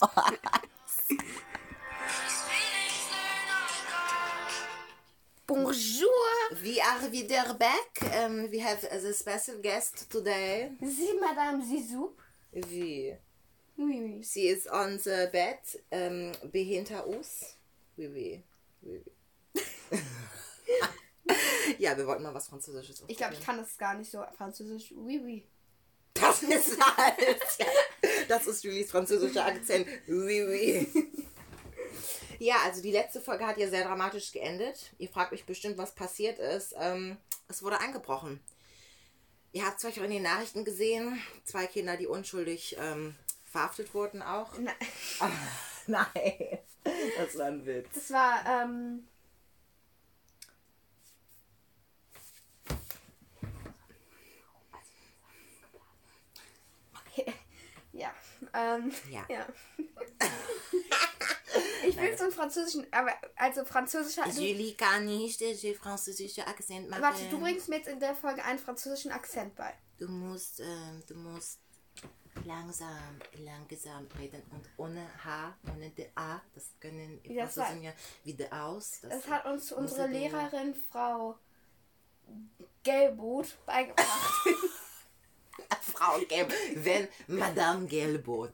Bonjour. We are wieder back. We have a special guest today. Sie, Madame Zizou. Wie? Oui, oui. Sie ist on the bed. Behinter uns. Oui. Ja, wir wollten mal was Französisches Ich glaube, ich kann das gar nicht so französisch. Oui, oui. Das ist halt. Das ist Julies französischer Akzent. Oui. Ja, also die letzte Folge hat ja sehr dramatisch geendet. Ihr fragt euch bestimmt, was passiert ist. Es wurde eingebrochen. Ihr habt es vielleicht auch in den Nachrichten gesehen. 2 Kinder, die unschuldig verhaftet wurden auch. Nein, das war ein Witz. Das war, ja. Ja. Ich will so einen französischen, aber also französischer. Julie kann nicht den französischen Akzent machen. Warte, du bringst mir jetzt in der Folge einen französischen Akzent bei. Du musst langsam reden und ohne H, ohne D A. Das können Franzosen ja wieder aus. Das hat uns unsere Lehrerin Frau Gelbot beigebracht. Frau Gelb, wenn Madame Gelbot.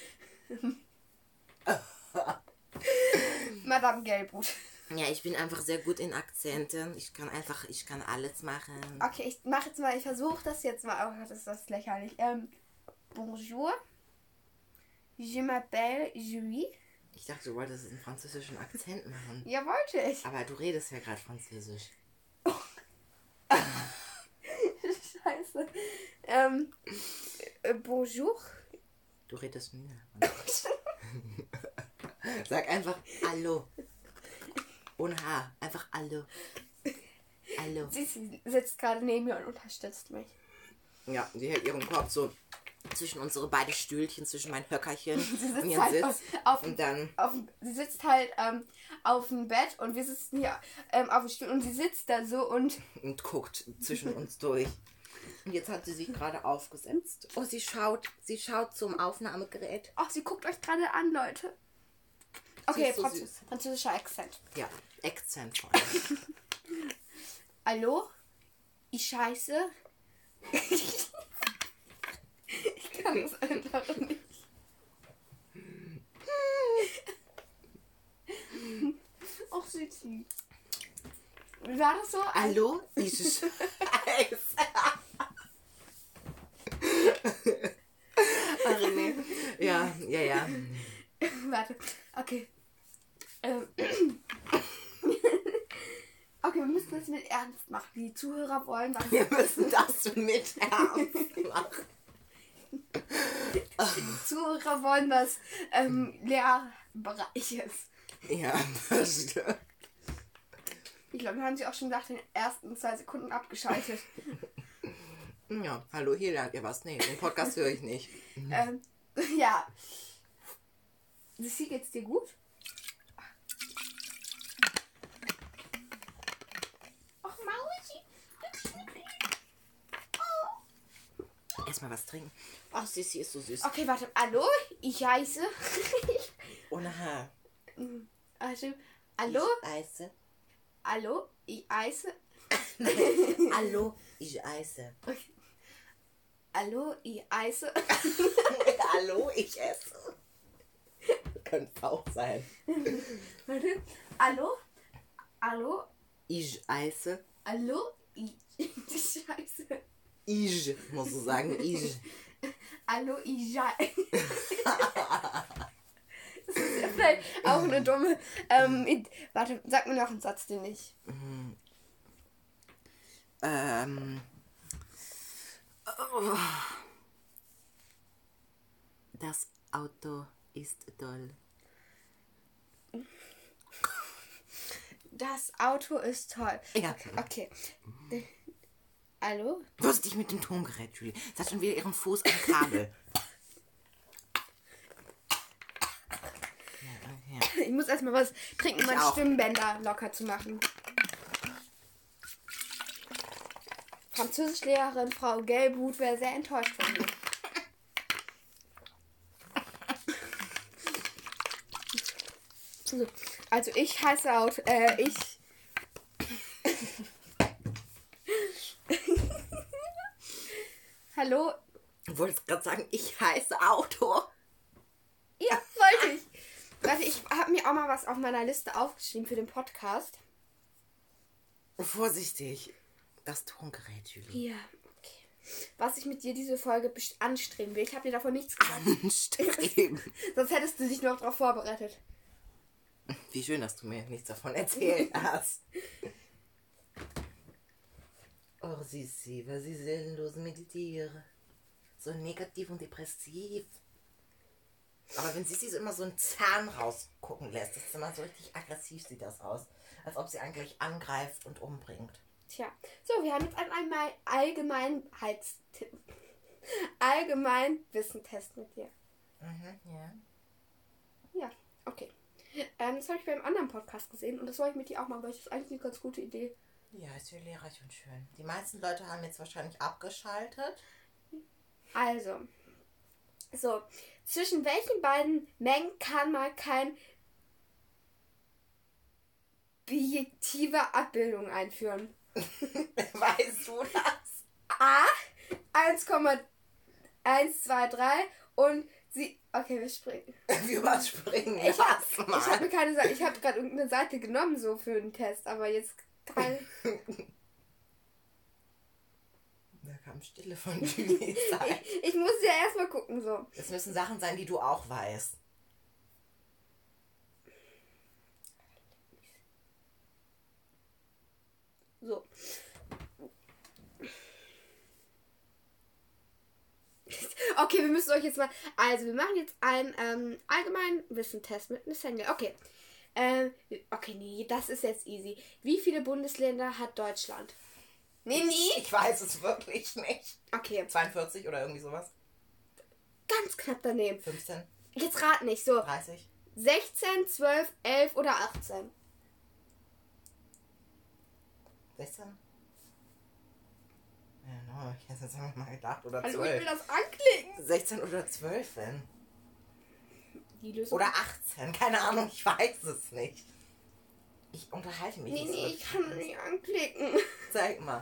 Madame Gelbot. Ja, ich bin einfach sehr gut in Akzenten. Ich kann alles machen. Okay, ich versuche das jetzt mal. Oh, das ist das lächerlich. Bonjour. Je m'appelle Julie. Ich dachte, du wolltest einen französischen Akzent machen. Ja, wollte ich. Aber du redest ja gerade Französisch. Scheiße. Bonjour. Du redest mir. Sag einfach Hallo. Ohne H. Einfach Hallo. Hallo. Sie sitzt gerade neben mir und unterstützt mich. Ja, sie hält ihren Kopf so zwischen unsere beiden Stühlchen, zwischen mein Höckerchen und ihren halt Sitz. Sie sitzt halt auf dem Bett und wir sitzen hier auf dem Stuhl und sie sitzt da so und guckt zwischen uns durch. Und jetzt hat sie sich gerade aufgesetzt. Oh, sie schaut zum Aufnahmegerät. ach, sie guckt euch gerade an, Leute. Okay, So süß. französischer Akzent. Ja, Akzent voll. Hallo? Ich scheiße. Ich kann das einfach nicht. Ach, Süßi. Wie war das so? Hallo? Ich scheiße. Ach nee. Ja. Warte, okay. Okay, wir müssen das mit Ernst machen. Die Zuhörer wollen was. Wir müssen das mit Ernst machen. Die Zuhörer wollen was Lehrbereiches. Ja, das stimmt. Ich glaube, wir haben sie auch schon nach den ersten 2 Sekunden abgeschaltet. Ja, hallo, hier lernt ihr was. Nee, den Podcast höre ich nicht. Ja. Sissi, geht's dir gut? Ach, Mausi. Erstmal was trinken. Ach, Sissi ist so süß. Okay, warte. Hallo, ich heiße. Ohne Haar. Also, hallo? Ich heiße. Hallo, ich heiße. Hallo, ich heiße. Okay. Hallo, ich heiße. Hallo, ich esse. Könnte auch sein. Warte. Hallo? Hallo? Ich heiße. Hallo? Scheiße. Ich, musst du sagen, ich. Hallo, ich. Das ist ja vielleicht auch eine dumme. Warte, sag mir noch einen Satz, den ich. Das Auto ist toll. Das Auto ist toll. Ja. Okay. Hallo? Vorsichtig mit dem Tongerät, Julie. Sie hat schon wieder ihren Fuß am Kabel. Ja. Ich muss erstmal was trinken, um meine Stimmbänder locker zu machen. Französischlehrerin Frau Gelbut wäre sehr enttäuscht von mir. So, also ich heiße Auto. Hallo? Du wolltest gerade sagen, ich heiße Auto. Ja, wollte ich. Warte, ich habe mir auch mal was auf meiner Liste aufgeschrieben für den Podcast. Vorsichtig. Das Tongerät, Julie. Ja, okay. Was ich mit dir diese Folge anstreben will. Ich habe dir davon nichts gesagt. Anstreben. Sonst hättest du dich noch darauf vorbereitet. Wie schön, dass du mir nichts davon erzählt hast. Oh, Sissi, weil sie sinnlos meditiere. So negativ und depressiv. Aber wenn Sissi so immer so einen Zahn rausgucken lässt, das ist immer so richtig aggressiv, sieht das aus. Als ob sie eigentlich angreift und umbringt. Tja, so, wir haben jetzt einen Allgemeinwissentest mit dir. Mhm, ja. Ja, okay. Das habe ich beim anderen Podcast gesehen und das wollte ich mit dir auch machen, weil ich das eigentlich eine ganz gute Idee. Ja, ist ja lehrreich und schön. Die meisten Leute haben jetzt wahrscheinlich abgeschaltet. Also, so, zwischen welchen beiden Mengen kann man kein bijektive Abbildung einführen? Weißt du das? A 1,123 und sie. Okay, wir springen. Wir überspringen Ich das mal. habe mir keine Seite. Ich habe gerade irgendeine Seite genommen so für den Test, aber jetzt keine. Da kam Stille von Julie. Ich muss ja erstmal gucken so. Das müssen Sachen sein, die du auch weißt. So. Okay, wir müssen euch jetzt mal. Also, wir machen jetzt einen allgemeinen Wissentest mit Nathaniel. Okay. Okay, nee, das ist jetzt easy. Wie viele Bundesländer hat Deutschland? Nee. Ich weiß es wirklich nicht. Okay, 42 oder irgendwie sowas. ganz knapp daneben. 15, Jetzt rat nicht. So, 30. 16, 12, 11 oder 18? 16? Ja, no, ich hätte jetzt einfach mal gedacht. Oder Hallo, 12. ich will das anklicken. 16 oder 12 denn? Die Lösung. Oder 18, keine Ahnung, ich weiß es nicht. Ich unterhalte mich nicht so. Nee, ich kann nicht anklicken. Zeig mal.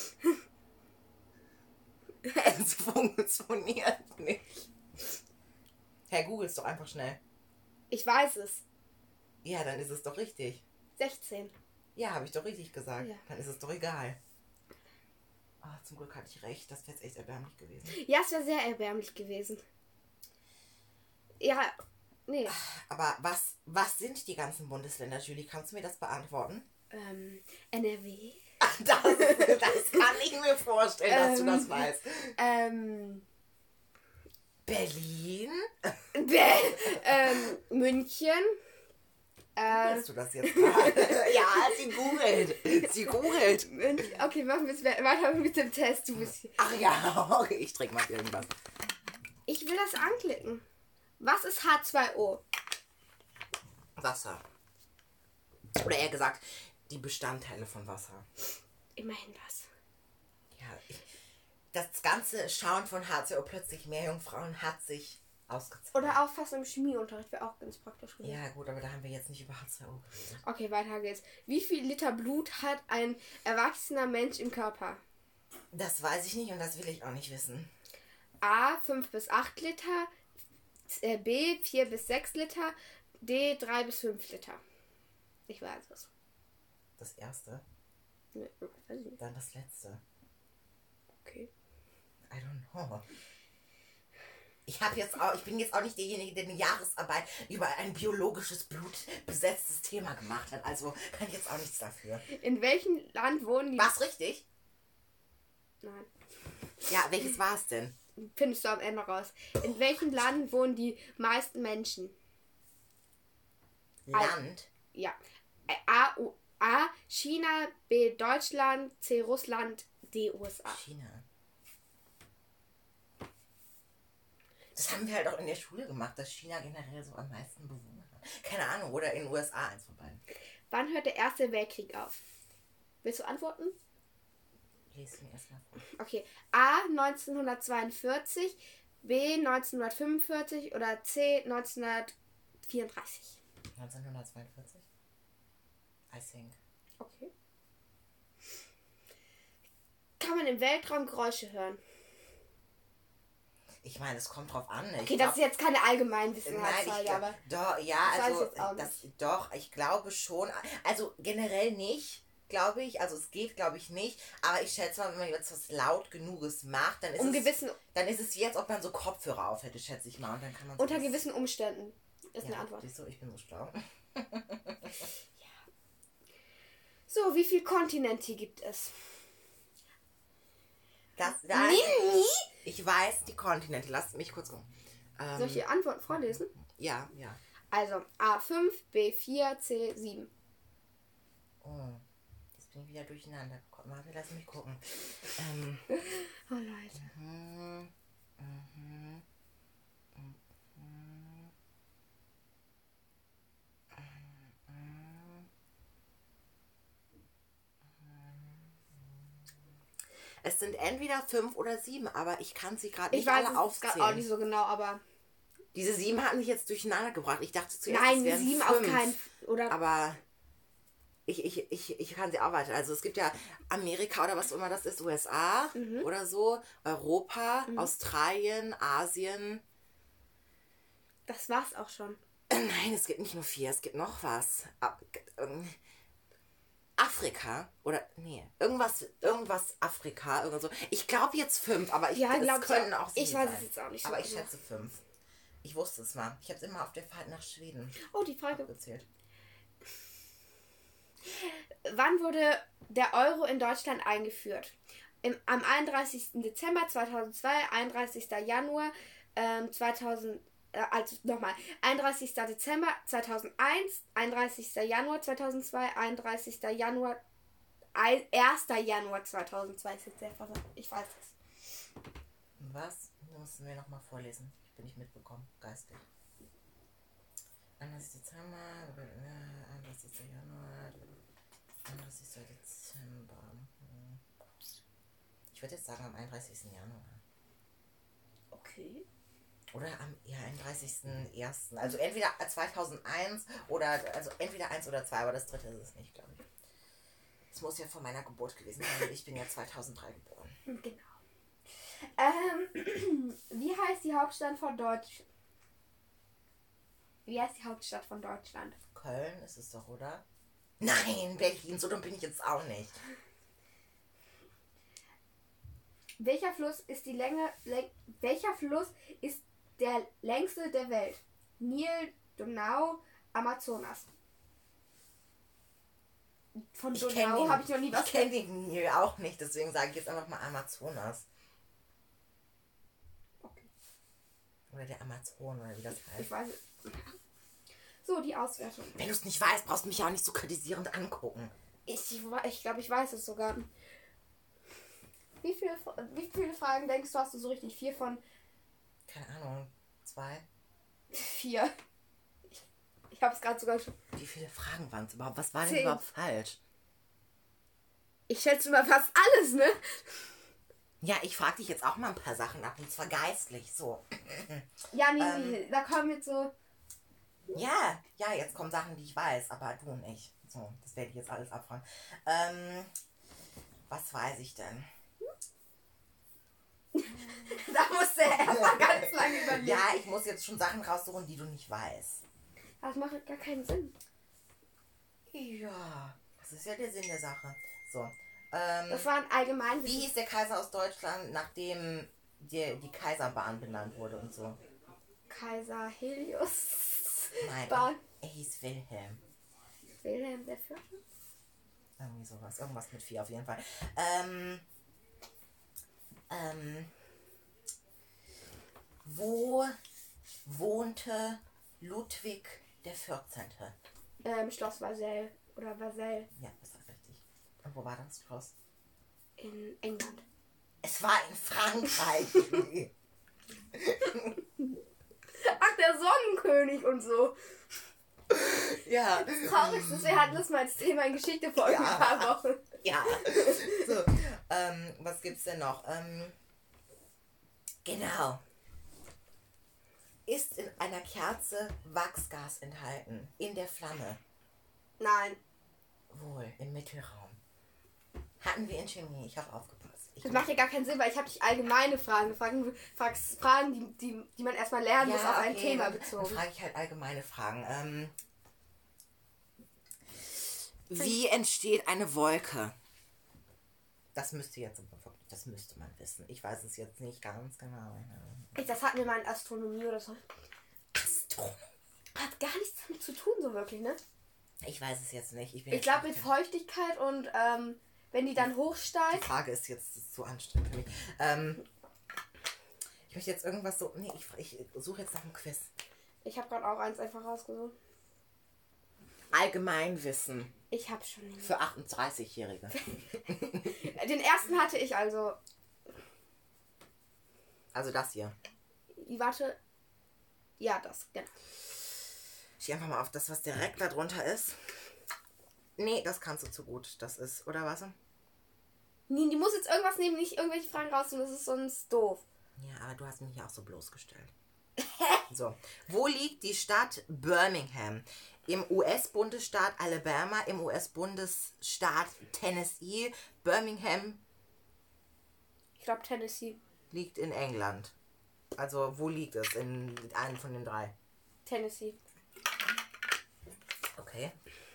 Es funktioniert nicht. Hey, googel's doch einfach schnell. Ich weiß es. Ja, dann ist es doch richtig. 16. Ja, habe ich doch richtig gesagt. Ja. Dann ist es doch egal. Ah, zum Glück hatte ich recht. Das wäre jetzt echt erbärmlich gewesen. Ja, es wäre sehr erbärmlich gewesen. Ja, nee. Aber was sind die ganzen Bundesländer, Julie? Kannst du mir das beantworten? NRW. Das kann ich mir vorstellen, dass du das weißt. Berlin? München. Weißt du das jetzt gerade? Ja, sie googelt. München. Okay, machen wir jetzt weiter mit dem Test. Du bist hier. Ach ja, okay, ich trinke mal irgendwas. Ich will das anklicken. Was ist H2O? Wasser. Oder eher gesagt, die Bestandteile von Wasser. Immerhin was. Ja, das ganze Schauen von H2O, plötzlich Meerjungfrauen, hat sich ausgezahlt. Oder auch fast im Chemieunterricht wäre auch ganz praktisch gewesen. Ja gut, aber da haben wir jetzt nicht über H2O geredet. Okay, weiter geht's. Wie viel Liter Blut hat ein erwachsener Mensch im Körper? Das weiß ich nicht und das will ich auch nicht wissen. A 5 bis 8 Liter, B 4 bis 6 Liter, D 3 bis 5 Liter. Ich weiß es. Das erste, Ne, weiß ich nicht. dann das letzte. Okay. I don't know. Ich bin jetzt auch nicht derjenige, der eine Jahresarbeit über ein biologisches, blutbesetztes Thema gemacht hat. Also kann ich jetzt auch nichts dafür. In welchem Land wohnen die... War's richtig? Nein. Ja, welches war es denn? Findest du am Ende raus. In welchem Land wohnen die meisten Menschen? Land? Ja. A China, B Deutschland, C Russland, D USA. China. Das haben wir halt auch in der Schule gemacht, dass China generell so am meisten Bewohner hat. Keine Ahnung, oder in den USA, eins von beiden. Wann hört der Erste Weltkrieg auf? Willst du antworten? Lies mir erstmal vor. Okay. A 1942, B 1945 oder C 1934. 1942. I think. Okay. Kann man im Weltraum Geräusche hören? Ich meine, es kommt drauf an. Okay, das ist jetzt keine Allgemeinwissenheitsfrage, aber... Doch, ja, das also, weiß ich jetzt auch nicht. doch, ich glaube schon. Also generell nicht, glaube ich. Also es geht, glaube ich, nicht. Aber ich schätze mal, wenn man jetzt was laut genuges macht, dann ist es wie, als ob man so Kopfhörer auf hätte, schätze ich mal. Und dann kann man unter gewissen Umständen ist eine Antwort. Siehst du, ich bin so schlau. So, wie viele Kontinente gibt es? Ich weiß die Kontinente. Lasst mich kurz gucken. Soll ich die Antworten vorlesen? Ja. Also A5, B4, C7. Oh, jetzt bin ich wieder durcheinander. Warte, lass mich gucken. Oh Leute. Es sind entweder 5 oder 7, aber ich kann sie gerade nicht alle aufzählen. Ich weiß es auch nicht so genau, aber... Diese 7 hat mich jetzt durcheinander gebracht. Ich dachte zuerst, nein, es wären 7 5, auf keinen... Oder aber ich kann sie auch weiter. Also es gibt ja Amerika oder was immer das ist, USA oder so, Europa, Australien, Asien. Das war's auch schon. Nein, es gibt nicht nur 4, es gibt noch was. Afrika oder irgendwas Afrika oder so. Ich glaube jetzt 5, aber es können auch 7 ich weiß sein. es jetzt auch nicht. Aber ich schätze 5. Ich wusste es mal. Ich habe es immer auf der Fahrt nach Schweden. Oh, die Frage. Abgezählt. Wann wurde der Euro in Deutschland eingeführt? Am 31. Dezember 2002, 31. Januar 2000. Also nochmal, 31. Dezember 2001, 31. Januar 2002, 31. Januar, 1. Januar 2002 ist jetzt sehr verwirrt. Ich weiß es. Was? Mussten wir nochmal vorlesen. Ich bin nicht mitbekommen, geistig. 31. Dezember, 31. Januar, 31. Dezember. Ich würde jetzt sagen am 31. Januar. Okay. Oder am 31.01. Also entweder 2001 oder, also entweder 1 oder 2, aber das dritte ist es nicht, glaube ich. Das muss ja vor meiner Geburt gewesen sein, weil ich bin ja 2003 geboren. Genau. Wie heißt die Hauptstadt von Deutschland? Köln ist es doch, oder? Nein, Berlin, so dumm bin ich jetzt auch nicht. Welcher Fluss ist der längste der Welt? Nil, Donau, Amazonas. Von Donau habe ich noch nie was gehört. Ich kenne den Nil auch nicht, deswegen sage ich jetzt einfach mal Amazonas. Okay. Oder der Amazon, oder wie das heißt. Ich weiß es. So, die Auswertung. Wenn du es nicht weißt, brauchst du mich ja auch nicht so kritisierend angucken. Ich glaube, ich weiß es sogar. Wie viele Fragen denkst du, hast du so richtig? 4 von... Keine Ahnung. 2? 4. Ich habe es gerade sogar schon... Wie viele Fragen waren es überhaupt? Was war 10. denn überhaupt falsch? Ich schätze mal fast alles, ne? Ja, ich frage dich jetzt auch mal ein paar Sachen ab. Und zwar geistlich, so. Ja, nee, da kommen jetzt so... Ja, jetzt kommen Sachen, die ich weiß, aber du nicht. So, das werde ich jetzt alles abfragen. Was weiß ich denn? Da musst du erstmal ganz lange überlegen. Ja, ich muss jetzt schon Sachen raussuchen, die du nicht weißt. Das macht gar keinen Sinn. Ja, das ist ja der Sinn der Sache. So. Das war ein allgemein... Wie hieß der Kaiser aus Deutschland, nachdem die Kaiserbahn benannt wurde und so? Kaiser Helios. Nein, Bahn. er hieß Wilhelm. Wilhelm der Vierte? Irgendwie sowas. Irgendwas mit 4 auf jeden Fall. Wo wohnte Ludwig der 14.? Schloss Versailles. Oder Versailles. Ja, ist das richtig. Und wo war das Schloss? In England. Es war in Frankreich. Ach, der Sonnenkönig und so. Ja. Das Traurigste ist, wir hatten das mal als Thema in Geschichte vor ein paar Wochen. Ja. So, was gibt's denn noch? Genau. Ist in einer Kerze Wachsgas enthalten? In der Flamme? Nein. Wohl, im Mittelraum. Hatten wir in Chemie. Ich habe aufgepasst. Das macht ja gar keinen Sinn, weil ich habe dich allgemeine Fragen gefragt. Du fragst Fragen, die man erstmal lernen muss, auf ein Thema bezogen. Dann frage ich halt allgemeine Fragen. Wie entsteht eine Wolke? Das müsste man wissen. Ich weiß es jetzt nicht ganz genau. Das hatten wir mal in Astronomie oder so. Astronomie? Hat gar nichts damit zu tun, so wirklich, ne? Ich weiß es jetzt nicht. Ich glaube mit Feuchtigkeit und wenn die dann hochsteigt. Die Frage ist jetzt so anstrengend für mich. Ich möchte jetzt irgendwas so... Nee, ich suche jetzt nach einem Quiz. Ich habe gerade auch eins einfach rausgesucht. Allgemeinwissen. Ich habe schon nicht. Für 38-Jährige. Den ersten hatte ich also. Also das hier. Warte. Ja, das, genau. Ich gehe einfach mal auf das, was direkt da drunter ist. Nee, das kannst du zu gut. Das ist, oder was? Nee, die muss jetzt irgendwas nehmen, nicht irgendwelche Fragen rausnehmen, das ist sonst doof. Ja, aber du hast mich ja auch so bloßgestellt. So. Wo liegt die Stadt Birmingham? Im US-Bundesstaat Alabama, im US-Bundesstaat Tennessee. Birmingham Ich glaube Tennessee. liegt in England. Also wo liegt es? In einem von den drei? Tennessee. Okay.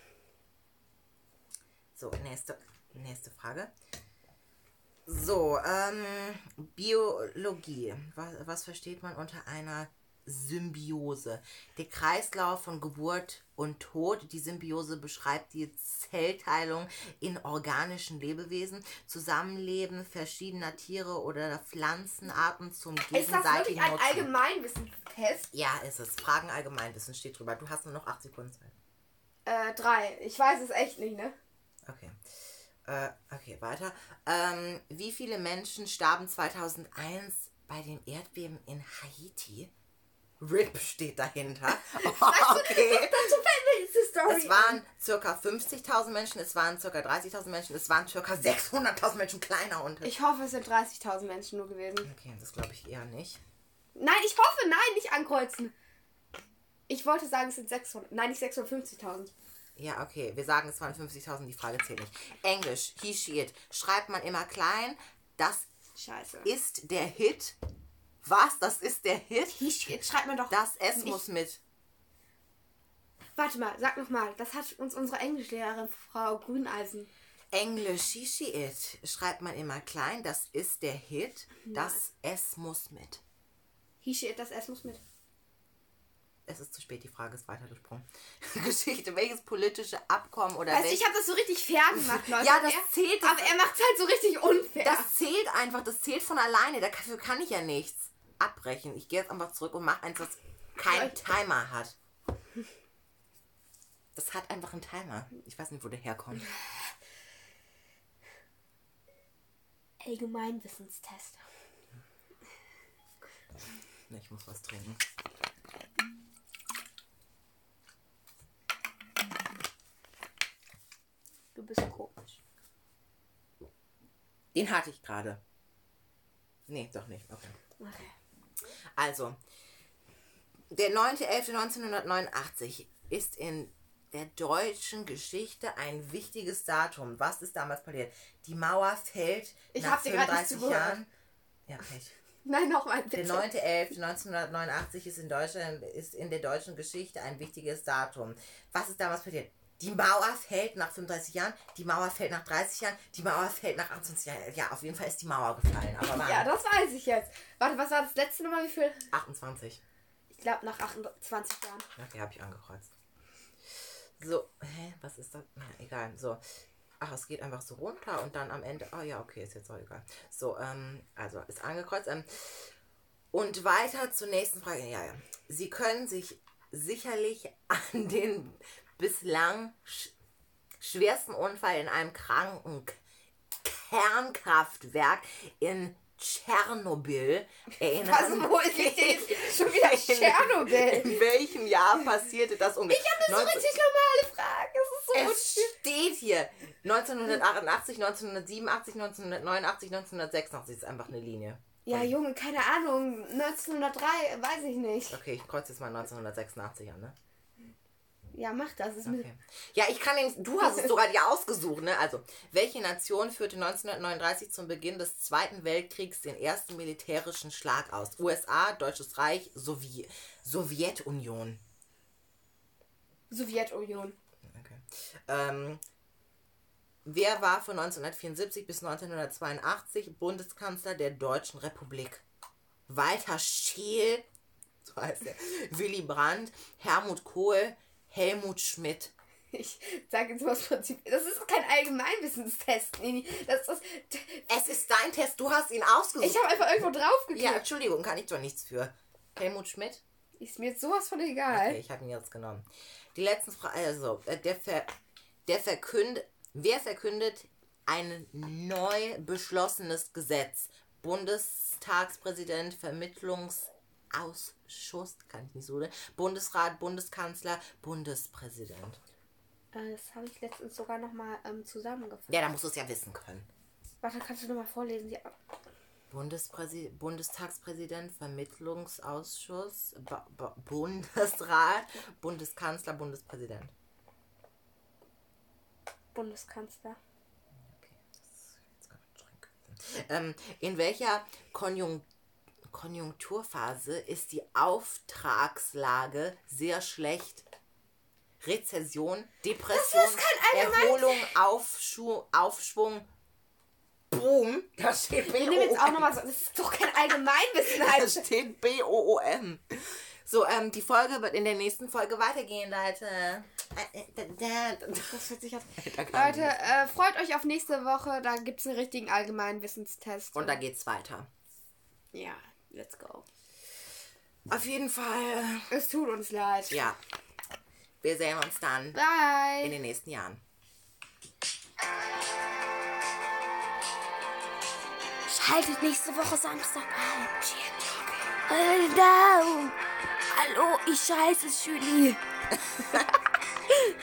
So, nächste Frage. So, Biologie. Was versteht man unter einer Symbiose? Der Kreislauf von Geburt und Tod. Die Symbiose beschreibt die Zellteilung in organischen Lebewesen, Zusammenleben verschiedener Tiere oder Pflanzenarten zum Ist das wirklich gegenseitigen ein Nutzen. Allgemeinwissenstest? Ja, ist es. Fragen Allgemeinwissen steht drüber. Du hast nur noch 8 Sekunden Zeit. 3. Ich weiß es echt nicht, ne? Okay. Okay, weiter. Wie viele Menschen starben 2001 bei dem Erdbeben in Haiti? RIP steht dahinter. Okay. Es waren ca. 50.000 Menschen, es waren ca. 30.000 Menschen, es waren ca. 600.000 Menschen, kleiner Unterschied. Ich hoffe, es sind 30.000 Menschen nur gewesen. Okay, das glaube ich eher nicht. Nein, ich hoffe, nein, nicht ankreuzen. Ich wollte sagen, es sind 600. Nein, nicht 650.000. Ja, okay. Wir sagen, es waren 50.000, die Frage zählt nicht. Englisch, he, she, it. Schreibt man immer klein. Das Scheiße. ist der Hit. Was? Das ist der Hit? He, she, it. Schreibt man doch. Das S muss mit. Warte mal, sag nochmal. Das hat uns unsere Englischlehrerin, Frau Grüneisen. Englisch, he, she, it. Schreibt man immer klein. Das ist der Hit. Das S muss mit. He, she, it. Das S muss mit. Es ist zu spät, die Frage ist weitergesprungen. Geschichte, welches politische Abkommen oder weißt du, ich habe das so richtig fair gemacht, Leute. Ja, das zählt. Aber er macht es halt so richtig unfair. Das zählt einfach, das zählt von alleine. Dafür kann ich ja nichts abbrechen. Ich gehe jetzt einfach zurück und mache eins, das keinen Timer hat. Das hat einfach einen Timer. Ich weiß nicht, wo der herkommt. Allgemeinwissenstest. Ich muss was trinken. Du bist komisch. Den hatte ich gerade. Nee, doch nicht. Okay. Also, der 9.11.1989 ist in der deutschen Geschichte ein wichtiges Datum. Was ist damals passiert? Die Mauer fällt nach 35 Jahren. Ja, Pech. Nein, nochmal bitte. Der 9.11.1989 ist in der deutschen Geschichte ein wichtiges Datum. Was ist damals passiert? Die Mauer fällt nach 35 Jahren, die Mauer fällt nach 30 Jahren, die Mauer fällt nach 28 Jahren. Ja, auf jeden Fall ist die Mauer gefallen. Aber ja, das weiß ich jetzt. Warte, was war das letzte Nummer? Wie viel? 28. Ich glaube nach 28 Jahren. Okay, habe ich angekreuzt. So, was ist das? Na, egal. So. Ach, es geht einfach so runter und dann am Ende. Oh ja, okay, ist jetzt auch egal. So, also ist angekreuzt. Und weiter zur nächsten Frage. Ja. Sie können sich sicherlich an den bislang schwersten Unfall in einem Kernkraftwerk in Tschernobyl erinnern. Was, wo ist jetzt schon wieder Tschernobyl? In welchem Jahr passierte das ungefähr? Ich habe eine so richtig normale Frage. Es steht hier 1988, 1987, 1989, 1986. Das ist einfach eine Linie. Ja, Junge, keine Ahnung. 1903, weiß ich nicht. Okay, ich kreuze jetzt mal 1986 an, ne? Ja, mach das. Okay. Ja, ich kann den. Du hast es sogar dir ausgesucht, ne? Also, welche Nation führte 1939 zum Beginn des Zweiten Weltkriegs den ersten militärischen Schlag aus? USA, Deutsches Reich, Sowjetunion. Sowjetunion. Okay. Wer war von 1974 bis 1982 Bundeskanzler der Deutschen Republik? Walter Scheel, so heißt er, Willy Brandt, Helmut Kohl, Helmut Schmidt. Ich sage jetzt was Prinzip. Das ist kein Allgemeinwissenstest, Nini. Es ist dein Test, du hast ihn ausgesucht. Ich habe einfach irgendwo drauf geklickt. Ja, Entschuldigung, kann ich doch nichts für. Helmut Schmidt? Ist mir jetzt sowas von egal. Okay, ich habe ihn jetzt genommen. Die letzten Fragen, also, wer verkündet ein neu beschlossenes Gesetz? Bundestagspräsident, Vermittlungsausschuss, kann ich nicht so, ne? Bundesrat, Bundeskanzler, Bundespräsident. Das habe ich letztens sogar nochmal zusammengefasst. Ja, da musst du es ja wissen können. Warte, kannst du nochmal vorlesen? Ja. Bundestagspräsident, Vermittlungsausschuss, Bundesrat, Bundeskanzler, Bundespräsident. Bundeskanzler. Okay, jetzt kann man trinken. In welcher Konjunkturphase ist die Auftragslage sehr schlecht? Rezession, Depression, Das ist kein Erholung, Aufschwung, Boom. Da steht Wir nehmen jetzt auch nochmal so. Das ist doch kein Allgemeinwissen halt. Da steht B-O-O-M. So, die Folge wird in der nächsten Folge weitergehen, Leute. Das hört sich auf. Leute, freut euch auf nächste Woche. Da gibt es einen richtigen Allgemeinwissenstest. Und da geht's weiter. Ja, let's go. Auf jeden Fall. Es tut uns leid. Ja. Wir sehen uns dann Bye. in den nächsten Jahren. Schaltet nächste Woche Samstag ein. Hallo, ich scheiße, Julie.